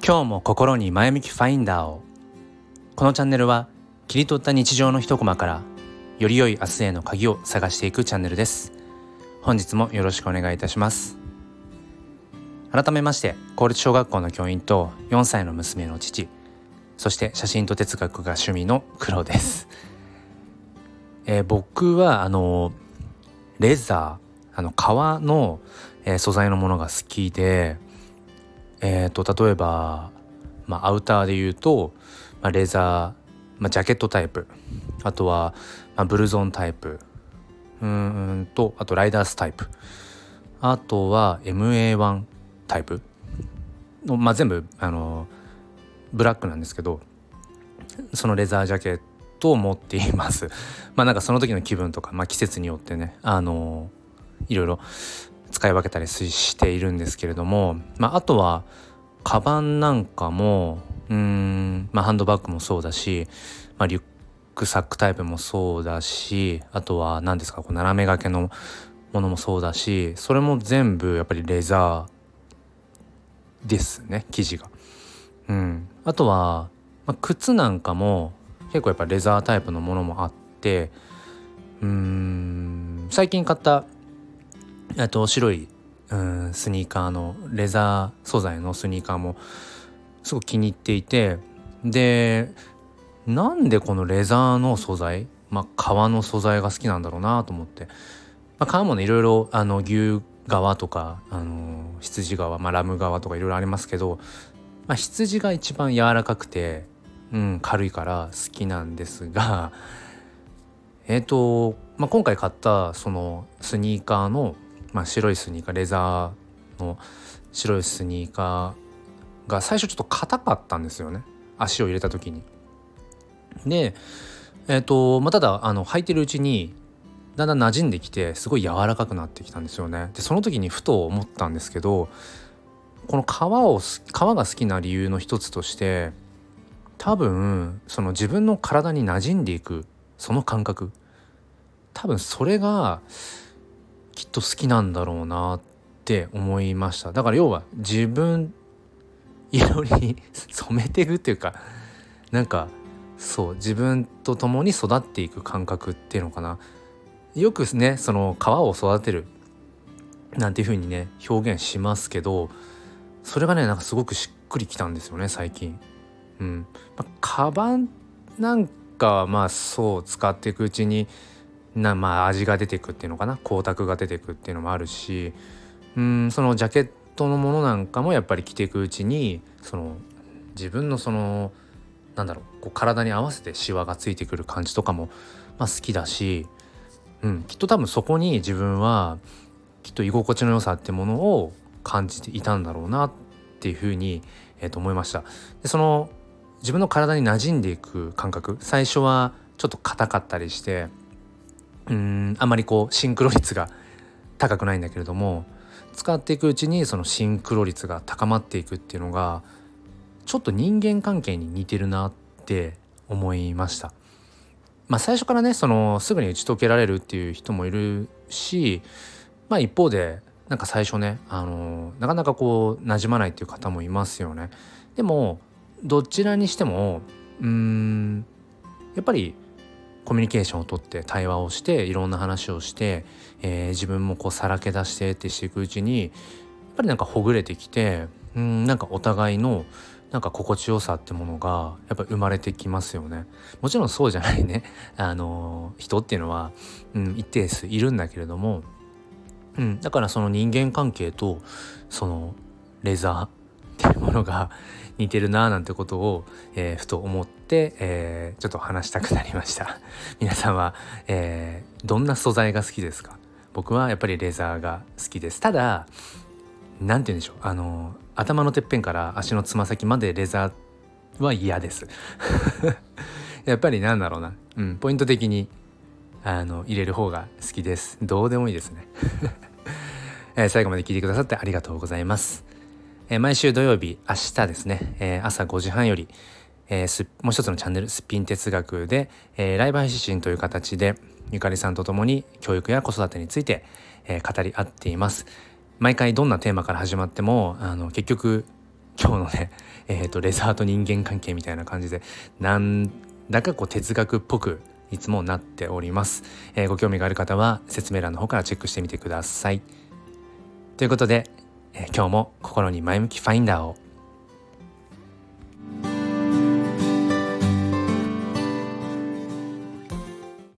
今日も心に前向きファインダーを。このチャンネルは切り取った日常の一コマからより良い明日への鍵を探していくチャンネルです。本日もよろしくお願いいたします。改めまして、公立小学校の教員と4歳の娘の父、そして写真と哲学が趣味の黒です。僕はレザー、革の、素材のものが好きで、例えば、アウターで言うと、レザー、ジャケットタイプ、あとは、ブルゾンタイプ、あとライダースタイプ、あとは MA1 タイプの、全部ブラックなんですけど、そのレザージャケットを持っています。なんかその時の気分とか、季節によってね、いろいろ使い分けたりしているんですけれども、あとはカバンなんかもハンドバッグもそうだし、リュックサックタイプもそうだし、あとは何ですか、斜め掛けのものもそうだし、それも全部やっぱりレザーですね、生地が。あとは、靴なんかも結構やっぱレザータイプのものもあって、最近買った白いスニーカーのレザー素材のスニーカーもすごく気に入っていて、でなんでこのレザーの素材、革の素材が好きなんだろうなと思って、革もねいろいろ牛革とか羊革、ラム革とかいろいろありますけど、羊が一番柔らかくて、軽いから好きなんですが、今回買ったそのスニーカーの、白いスニーカー、レザーの白いスニーカーが最初ちょっと硬かったんですよね、足を入れた時に。で、ただ履いてるうちにだんだん馴染んできて、すごい柔らかくなってきたんですよね。でその時にふと思ったんですけど、この革が好きな理由の一つとして、多分その自分の体に馴染んでいくその感覚、多分それがきっと好きなんだろうなって思いました。だから要は自分色に染めていくっていうか、なんかそう、自分と共に育っていく感覚っていうのかな。よくね、その皮を育てるなんていう風にね表現しますけど、それがねなんかすごくしっくりきたんですよね、最近。カバンなんかはそう使っていくうちに味が出てくっていうのかな、光沢が出てくっていうのもあるし、そのジャケットのものなんかもやっぱり着ていくうちに、その自分のその体に合わせてシワがついてくる感じとかも好きだし、きっと多分そこに自分はきっと居心地の良さってものを感じていたんだろうなっていうふうに、思いました。でその自分の体に馴染んでいく感覚、最初はちょっと硬かったりして、あまりシンクロ率が高くないんだけれども、使っていくうちにそのシンクロ率が高まっていくっていうのがちょっと人間関係に似てるなって思いました。最初からねすぐに打ち解けられるっていう人もいるし、一方で最初ねなかなか馴染まないっていう方もいますよね。でもどちらにしてもやっぱりコミュニケーションをとって対話をしていろんな話をして、自分もさらけ出してってしていくうちにやっぱりほぐれてきて、お互いの心地よさってものがやっぱ生まれてきますよね。もちろんそうじゃないね人っていうのは、一定数いるんだけれども、だからその人間関係とそのレザーっていうものが似てるななんてことを、ふと思って、ちょっと話したくなりました。皆さんは、どんな素材が好きですか？僕はやっぱりレザーが好きです。ただなんて言うんでしょう、頭のてっぺんから足のつま先までレザーは嫌ですやっぱりポイント的に入れる方が好きです。どうでもいいですね最後まで聞いてくださってありがとうございます。毎週土曜日、明日ですね、朝5時半より、もう一つのチャンネルすっぴん哲学で、ライブ配信という形でゆかりさんと共に教育や子育てについて、語り合っています。毎回どんなテーマから始まっても結局今日のね、レザーと人間関係みたいな感じで、なんだかこう哲学っぽくいつもなっております。ご興味がある方は説明欄の方からチェックしてみてください。ということで、今日も心に前向きファインダーを。